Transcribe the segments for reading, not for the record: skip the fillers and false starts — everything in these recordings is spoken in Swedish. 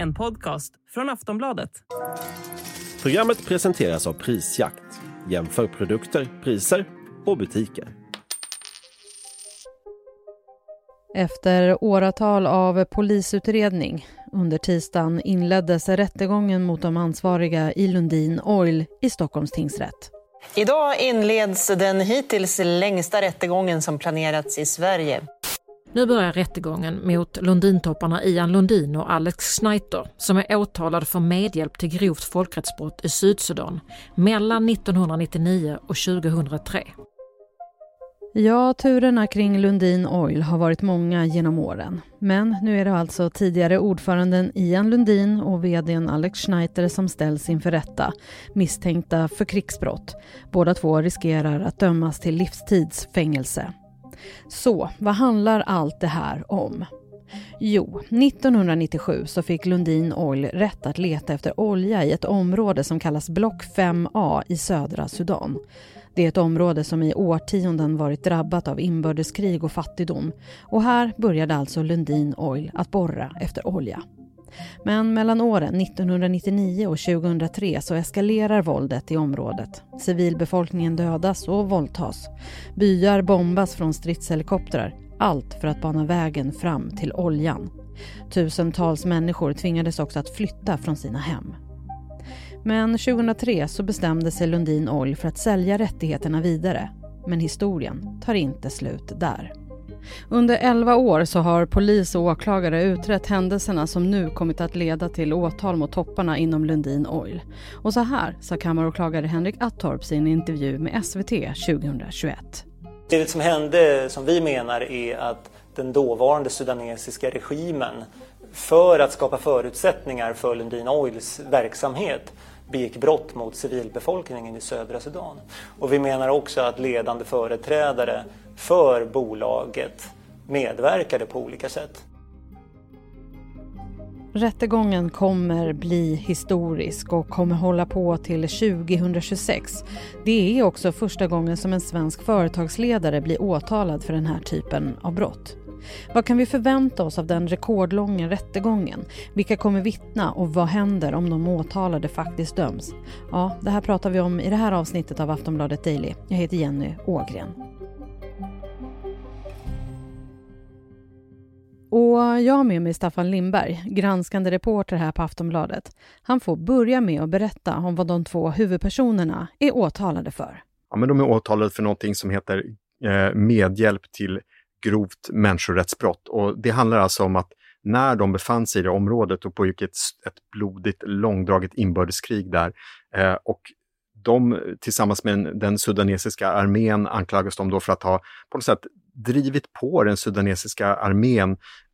En podcast från Aftonbladet. Programmet presenteras av Prisjakt. Jämför produkter, priser och butiker. Efter åratal av polisutredning under tisdagen inleddes rättegången mot de ansvariga i Lundin Oil i Stockholms tingsrätt. Idag inleds den hittills längsta rättegången som planerats i Sverige. Nu börjar rättegången mot Lundintopparna Ian Lundin och Alex Schneiter som är åtalade för medhjälp till grovt folkrättsbrott i Sydsudan mellan 1999 och 2003. Ja, turerna kring Lundin Oil har varit många genom åren. Men nu är det alltså tidigare ordföranden Ian Lundin och vd:n Alex Schneiter som ställs inför rätta, misstänkta för krigsbrott. Båda två riskerar att dömas till livstidsfängelse. Så, vad handlar allt det här om? Jo, 1997 så fick Lundin Oil rätt att leta efter olja i ett område som kallas Block 5A i södra Sudan. Det är ett område som i årtionden varit drabbat av inbördeskrig och fattigdom. Och här började alltså Lundin Oil att borra efter olja. Men mellan åren 1999 och 2003 så eskalerar våldet i området. Civilbefolkningen dödas och våldtas. Byar bombas från stridshelikoptrar. Allt för att bana vägen fram till oljan. Tusentals människor tvingades också att flytta från sina hem. Men 2003 så bestämde sig Lundin Oil för att sälja rättigheterna vidare. Men historien tar inte slut där. Under 11 år så har polis och åklagare utrett händelserna som nu kommit att leda till åtal mot topparna inom Lundin Oil. Och så här sa kammaråklagare Henrik Attorp i en intervju med SVT 2021. Det som hände, som vi menar, är att den dåvarande sudanesiska regimen för att skapa förutsättningar för Lundin Oils verksamhet begick brott mot civilbefolkningen i södra Sudan. Och vi menar också att ledande företrädare för bolaget medverkade på olika sätt. Rättegången kommer bli historisk och kommer hålla på till 2026. Det är också första gången som en svensk företagsledare blir åtalad för den här typen av brott. Vad kan vi förvänta oss av den rekordlånga rättegången? Vilka kommer vittna och vad händer om de åtalade faktiskt döms? Ja, det här pratar vi om i det här avsnittet av Aftonbladet Daily. Jag heter Jenny Ågren. Och jag har med mig Staffan Lindberg, granskande reporter här på Aftonbladet. Han får börja med att berätta om vad de två huvudpersonerna är åtalade för. Ja, men de är åtalade för någonting som heter medhjälp till grovt människorättsbrott. Och det handlar alltså om att när de befann sig i det området och pågick ett blodigt, långdraget inbördeskrig där och de tillsammans med den sudanesiska armén anklagas de då för att ha på något sätt drivit på den sudanesiska armén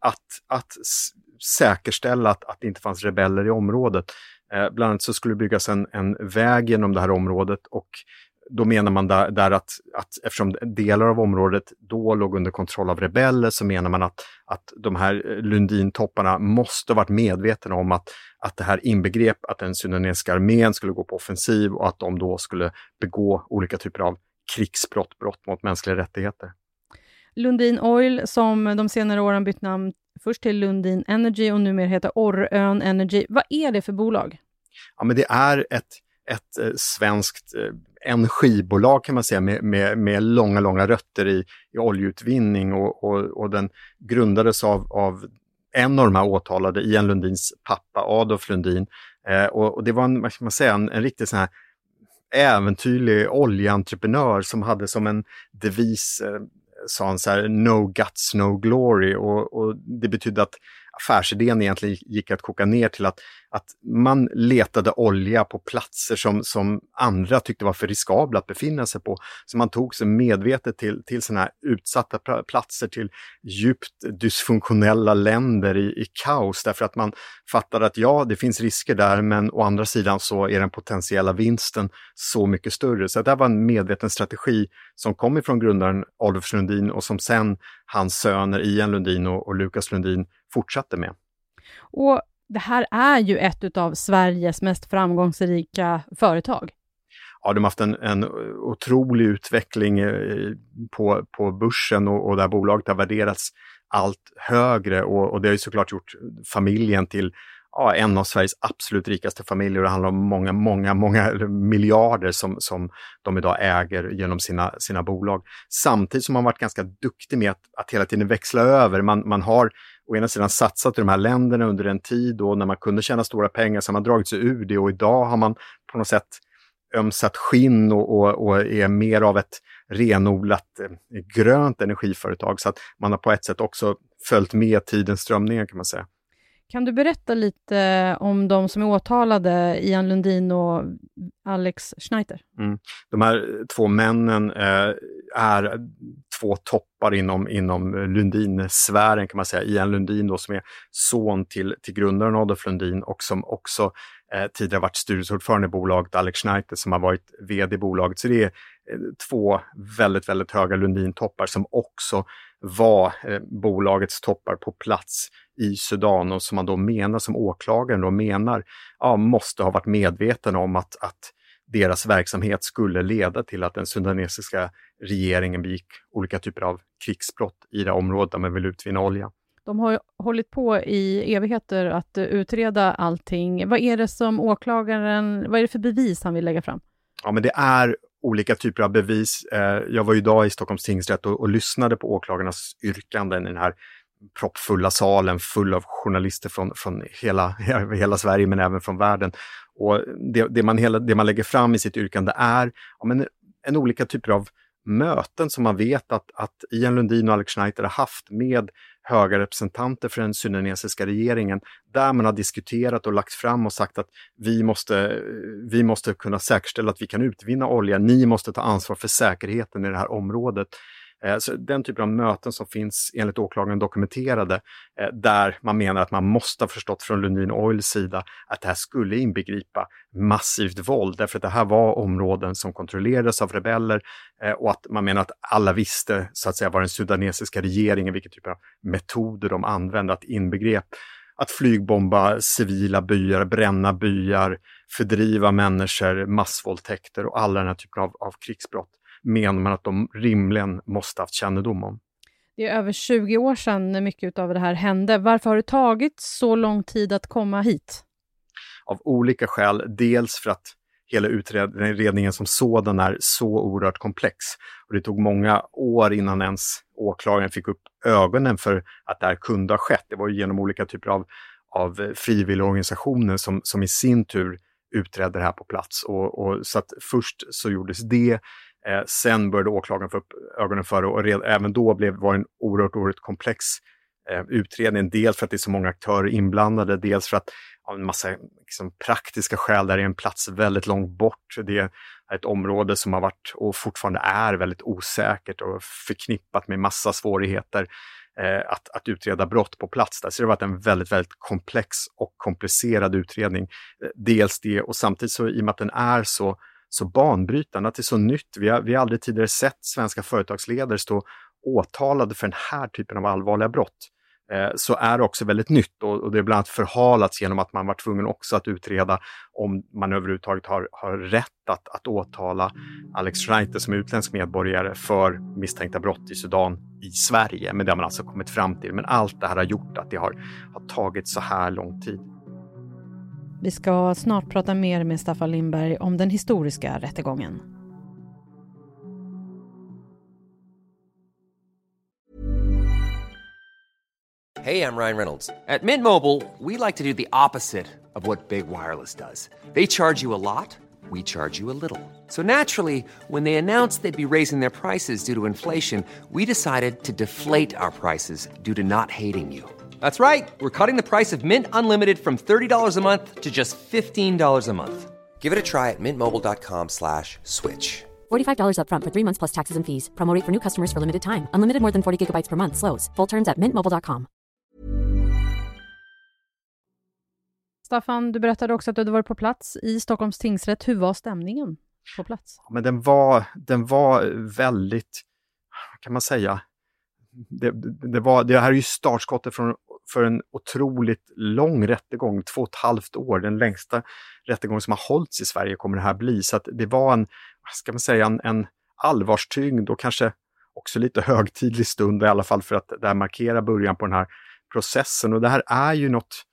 att säkerställa att det inte fanns rebeller i området. Bland annat så skulle det byggas en väg genom det här området och då menar man där att eftersom delar av området då låg under kontroll av rebeller så menar man att de här Lundin-topparna måste ha varit medvetna om att det här inbegrep att den sudanesiska armén skulle gå på offensiv och att de då skulle begå olika typer av krigsbrott, brott mot mänskliga rättigheter. Lundin Oil som de senare åren bytt namn först till Lundin Energy och numera heter Orrön Energy. Vad är det för bolag? Ja, men det är ett svenskt energibolag kan man säga med långa rötter i oljeutvinning och den grundades av en av de här åtalade, Ian Lundins pappa Adolf Lundin och det var en riktigt sån här äventyrlig oljeentreprenör som hade som en devis sa han så här, no guts, no glory och det betydde att affärsidén egentligen gick att koka ner till att man letade olja på platser som andra tyckte var för riskabla att befinna sig på. Så man tog sig medvetet till sådana här utsatta platser, till djupt dysfunktionella länder i kaos. Därför att man fattade att ja, det finns risker där, men å andra sidan så är den potentiella vinsten så mycket större. Så det var en medveten strategi som kom ifrån grundaren Adolf Lundin och som sen hans söner Ian Lundin och Lukas Lundin fortsatte med. Och det här är ju ett av Sveriges mest framgångsrika företag. Ja, de har haft en otrolig utveckling på börsen och där bolaget har värderats allt högre och det har ju såklart gjort familjen till en av Sveriges absolut rikaste familjer. Det handlar om många miljarder som de idag äger genom sina bolag. Samtidigt som man varit ganska duktig med att hela tiden växla över. Man har å ena sidan satsat i de här länderna under en tid och när man kunde tjäna stora pengar så har man dragit sig ur det, och idag har man på något sätt ömsat skinn och är mer av ett renodlat grönt energiföretag, så att man har på ett sätt också följt med tidens strömningar, kan man säga. Kan du berätta lite om de som är åtalade, Ian Lundin och Alex Schneiter? De här två männen är två toppar inom Lundin-sfären, kan man säga. Ian Lundin då, som är son till grundaren Adolf Lundin och som också tidigare varit styrelseordförande i bolaget, Alex Schneiter som har varit vd i bolaget. Så det är två väldigt, väldigt höga Lundin-toppar som också var bolagets toppar på plats i Sudan, och som man då menar, som åklagaren då menar, måste ha varit medveten om att deras verksamhet skulle leda till att den sudanesiska regeringen begick olika typer av krigsbrott i det området där man vill utvinna olja. De har hållit på i evigheter att utreda allting. Vad är det för bevis han vill lägga fram? Ja, men det är olika typer av bevis. Jag var ju idag i Stockholms tingsrätt och lyssnade på åklagarnas yrkanden i den här proppfulla salen, full av journalister från hela Sverige men även från världen. Och det man lägger fram i sitt yrkande är en olika typer av möten som man vet att Ian Lundin och Alex Schneiter har haft med höga representanter för den sudanesiska regeringen, där man har diskuterat och lagt fram och sagt att vi måste kunna säkerställa att vi kan utvinna olja, ni måste ta ansvar för säkerheten i det här området. Så den typen av möten som finns enligt åklagaren dokumenterade, där man menar att man måste ha förstått från Lundin Oils sida att det här skulle inbegripa massivt våld, därför att det här var områden som kontrollerades av rebeller, och att man menar att alla visste så att säga vad den sudanesiska regeringen, vilka typer av metoder de använde, att inbegrep att flygbomba civila byar, bränna byar, fördriva människor, massvåldtäkter och alla den här typen av krigsbrott, menar man att de rimligen måste ha haft kännedom om. Det är över 20 år sedan mycket av det här hände. Varför har det tagit så lång tid att komma hit? Av olika skäl. Dels för att hela utredningen som sådan är så oerhört komplex. Och det tog många år innan ens åklagaren fick upp ögonen för att det här kunde ha skett. Det var ju genom olika typer av frivilligorganisationer som i sin tur utredde det här på plats. Och så att först så gjordes det. Sen började åklagaren få upp ögonen för det, och även då var det en oerhört komplex utredning. Dels för att det är så många aktörer inblandade, dels för att av en massa praktiska skäl, där är en plats väldigt långt bort. Det är ett område som har varit och fortfarande är väldigt osäkert och förknippat med massa svårigheter att utreda brott på plats där. Så det har varit en väldigt, väldigt komplex och komplicerad utredning. Dels det, och samtidigt så i och med att den är så banbrytande, att det är så nytt. Vi har aldrig tidigare sett svenska företagsledare stå åtalade för den här typen av allvarliga brott. Så är det också väldigt nytt, och det är bland annat förhalats genom att man var tvungen också att utreda om man överhuvudtaget har rätt att åtala Alex Schneiter som utländsk medborgare för misstänkta brott i Sudan i Sverige. Men det har man alltså kommit fram till. Men allt det här har gjort att det har tagit så här lång tid. Vi ska snart prata mer med Staffan Lindberg om den historiska rättegången. Hey, I'm Ryan Reynolds. At Mint Mobile, we like to do the opposite of what Big Wireless does. They charge you a lot, we charge you a little. So naturally, when they announced they'd be raising their prices due to inflation, we decided to deflate our prices due to not hating you. That's right. We're cutting the price of Mint Unlimited from $30 a month to just $15 a month. Give it a try at mintmobile.com/switch. $45 up front for 3 months plus taxes and fees. Promo rate for new customers for limited time. Unlimited more than 40 gigabytes per month slows. Full terms at mintmobile.com. Staffan, du berättade också att du hade varit på plats i Stockholms tingsrätt. Hur var stämningen på plats? Men den var väldigt, kan man säga, det här är ju startskottet för en otroligt lång rättegång, 2,5 år. Den längsta rättegång som har hållits i Sverige kommer det här bli. Så att det var en allvarstyngd och kanske också lite högtidlig stund, i alla fall för att det här markerar början på den här processen. Och det här är ju något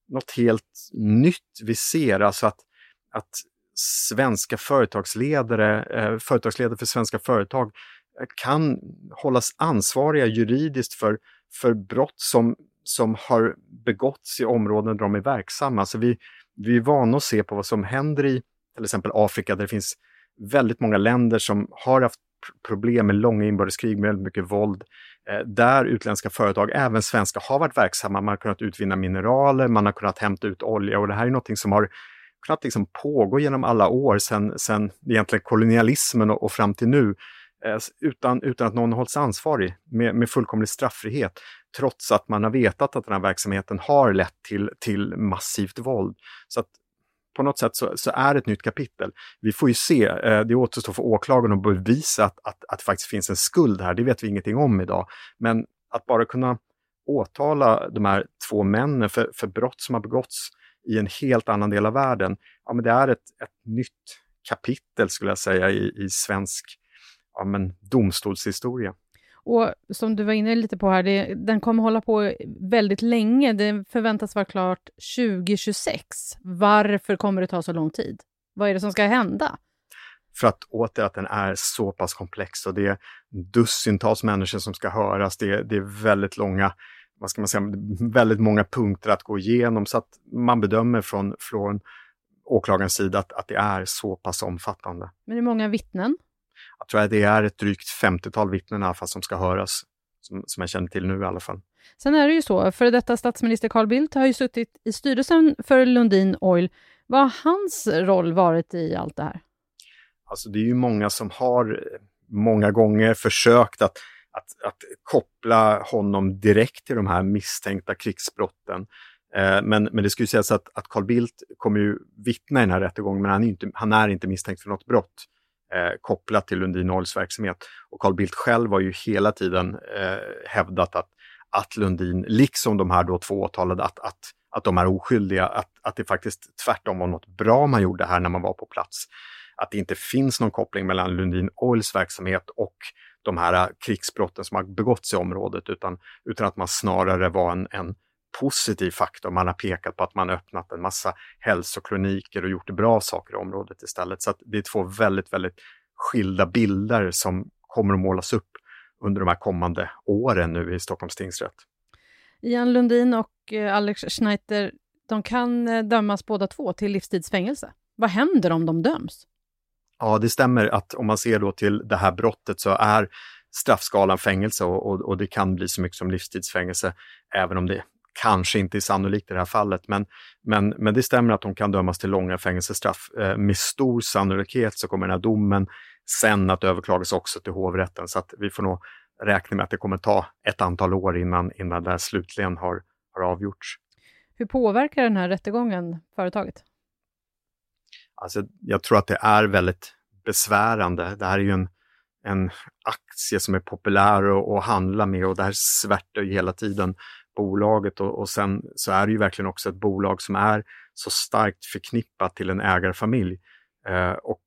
något helt nytt vi ser. Alltså att svenska företagsledare för svenska företag kan hållas ansvariga juridiskt för brott som har begåtts i områden där de är verksamma. Alltså vi är vana att se på vad som händer i till exempel Afrika, där det finns väldigt många länder som har haft problem med långa inbördeskrig med väldigt mycket våld. Där utländska företag, även svenska, har varit verksamma. Man har kunnat utvinna mineraler, man har kunnat hämta ut olja, och det här är något som har kunnat liksom pågå genom alla år sedan egentligen kolonialismen och fram till nu, utan att någon hålls ansvarig med fullkomlig straffrihet, trots att man har vetat att den här verksamheten har lett till massivt våld. Så att på något sätt så är det ett nytt kapitel. Vi får ju se, det återstår för åklagaren att bevisa att det faktiskt finns en skuld här. Det vet vi ingenting om idag. Men att bara kunna åtala de här 2 männen för brott som har begåtts i en helt annan del av världen, ja, men det är ett nytt kapitel, skulle jag säga, i svensk domstolshistoria. Och som du var inne lite på här, den kommer hålla på väldigt länge. Det förväntas vara klart 2026. Varför kommer det ta så lång tid? Vad är det som ska hända? För att den är så pass komplex, och det är dussintals människor som ska höras. Det är väldigt långa, vad ska man säga, väldigt många punkter att gå igenom, så att man bedömer från åklagarens sida att det är så pass omfattande. Men det är många vittnen? Jag tror att det är ett drygt 50-tal vittnen i alla fall som ska höras, som jag känner till nu i alla fall. Sen är det ju så, för detta statsminister Carl Bildt har ju suttit i styrelsen för Lundin Oil. Vad har hans roll varit i allt det här? Alltså det är ju många som har många gånger försökt att koppla honom direkt till de här misstänkta krigsbrotten. Men det skulle sägas att Carl Bildt kommer ju vittna i den här rättegången, men han är inte misstänkt för något brott kopplat till Lundin Oils verksamhet. Och Carl Bildt själv har ju hela tiden hävdat att Lundin, liksom de här då 2 åtalade, att de är oskyldiga, att det faktiskt tvärtom var något bra man gjorde här när man var på plats. Att det inte finns någon koppling mellan Lundin Oils verksamhet och de här krigsbrotten som har begåtts i området, utan att man snarare var en positiv faktor. Man har pekat på att man öppnat en massa hälsokliniker och gjort bra saker i området istället. Så att det är 2 väldigt, väldigt skilda bilder som kommer att målas upp under de här kommande åren nu i Stockholms tingsrätt. Ian Lundin och Alex Schneiter, de kan dömas båda 2 till livstidsfängelse. Vad händer om de döms? Ja, det stämmer att om man ser då till det här brottet så är straffskalan fängelse, och det kan bli så mycket som livstidsfängelse, även om det kanske inte är sannolikt i det här fallet. Men det stämmer att de kan dömas till långa fängelsestraff. Med stor sannolikhet så kommer den här domen sen att överklagas också till hovrätten, så att vi får nog räkna med att det kommer ta ett antal år innan det här slutligen har avgjorts. Hur påverkar den här rättegången företaget? Alltså, jag tror att det är väldigt besvärande. Det här är ju en aktie som är populär att handla med, och det här svärtar ju hela tiden bolaget, och sen så är det ju verkligen också ett bolag som är så starkt förknippat till en ägarfamilj. Och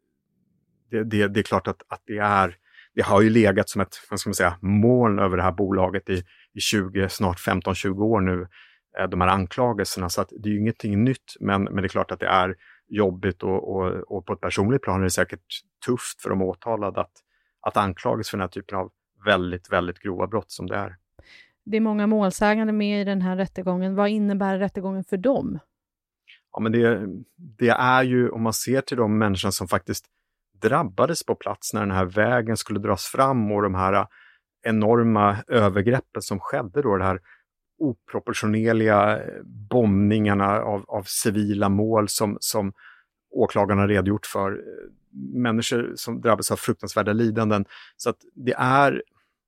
det är klart att det har ju legat som ett, vad ska man säga, moln över det här bolaget i 20, snart 15-20 år nu, de här anklagelserna. Så att det är ju ingenting nytt, men det är klart att det är jobbigt, och på ett personligt plan är det säkert tufft för de åtalade att anklagas för den här typen av väldigt, väldigt grova brott som det är. Det är många målsägande med i den här rättegången. Vad innebär rättegången för dem? Ja, men det är ju, om man ser till de människorna som faktiskt drabbades på plats när den här vägen skulle dras fram, och de här enorma övergreppen som skedde då, det här oproportionerliga bombningarna av civila mål som åklagarna redogjort för. Människor som drabbas av fruktansvärda lidanden. Så att det är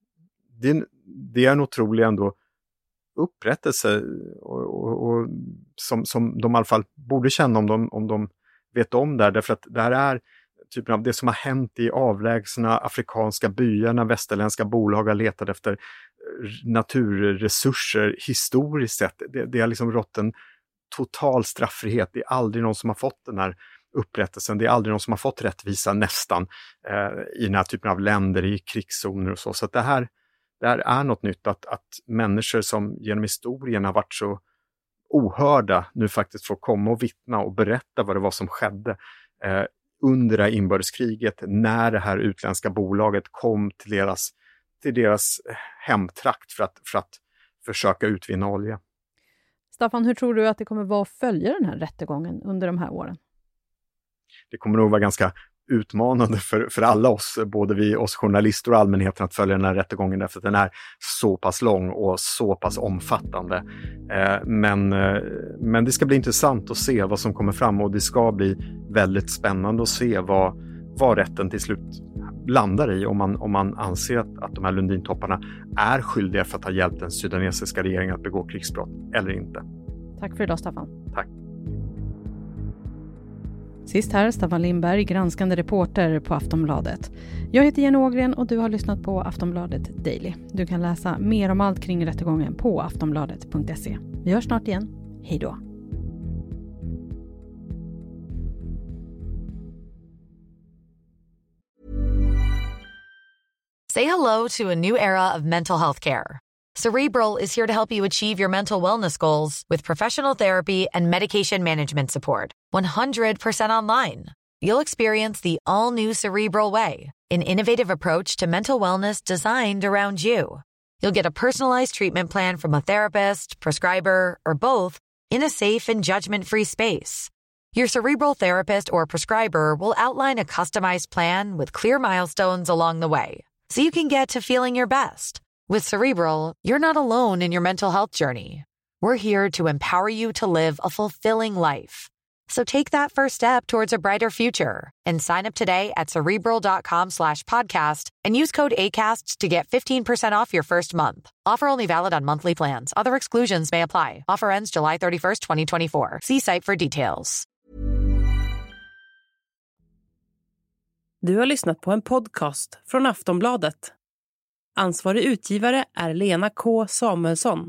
en otrolig ändå upprättelse, och som de i alla fall borde känna om de vet om det här. Därför att det här är typen av det som har hänt i avlägsna afrikanska byar när västerländska bolag har letat efter naturresurser historiskt sett. Det har liksom rått en total straffrihet. Det är aldrig någon som har fått den här upprättelsen. Det är aldrig någon som har fått rättvisa nästan i den här typen av länder, i krigszoner och så. Så att det här är något nytt, att människor som genom historien har varit så ohörda nu faktiskt får komma och vittna och berätta vad det var som skedde under det här inbördeskriget, när det här utländska bolaget kom till deras hemtrakt för att försöka utvinna olja. Staffan, hur tror du att det kommer vara att följa den här rättegången under de här åren? Det kommer nog vara ganska utmanande för alla oss, både oss journalister och allmänheten, att följa den här rättegången, därför att den är så pass lång och så pass omfattande. Men det ska bli intressant att se vad som kommer fram, och det ska bli väldigt spännande att se vad rätten till slut landar i, om man anser att de här Lundin-topparna är skyldiga för att ha hjälpt den sudanesiska regeringen att begå krigsbrott eller inte. Tack för idag, Staffan. Tack. Sist här, Staffan Lindberg, granskande reporter på Aftonbladet. Jag heter Jenny Ågren och du har lyssnat på Aftonbladet Daily. Du kan läsa mer om allt kring rättegången på aftonbladet.se. Vi hörs snart igen. Hej då! Say hello to a new era of mental health care. Cerebral is here to help you achieve your mental wellness goals with professional therapy and medication management support. 100% online. You'll experience the all-new Cerebral Way, an innovative approach to mental wellness designed around you. You'll get a personalized treatment plan from a therapist, prescriber, or both in a safe and judgment-free space. Your Cerebral therapist or prescriber will outline a customized plan with clear milestones along the way, so you can get to feeling your best. With Cerebral, you're not alone in your mental health journey. We're here to empower you to live a fulfilling life. So take that first step towards a brighter future and sign up today at Cerebral.com/podcast and use code ACAST to get 15% off your first month. Offer only valid on monthly plans. Other exclusions may apply. Offer ends July 31st, 2024. See site for details. Du har lyssnat på en podcast från Aftonbladet. Ansvarig utgivare är Lena K. Samuelsson.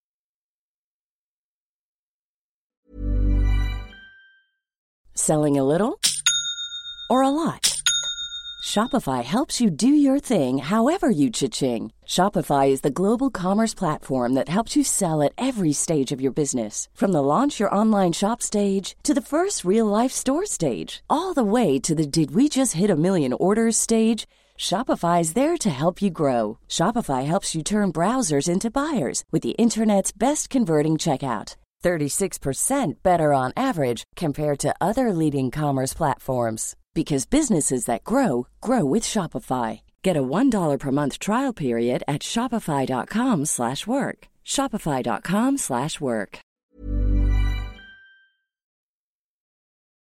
Selling a little or a lot? Shopify helps you do your thing however you cha-ching. Shopify is the global commerce platform that helps you sell at every stage of your business. From the launch your online shop stage to the first real-life store stage, all the way to the did we just hit a million orders stage. Shopify is there to help you grow. Shopify helps you turn browsers into buyers with the internet's best converting checkout. 36% better on average compared to other leading commerce platforms. Because businesses that grow, grow with Shopify. Get a $1 per month trial period at shopify.com/work. Shopify.com/work.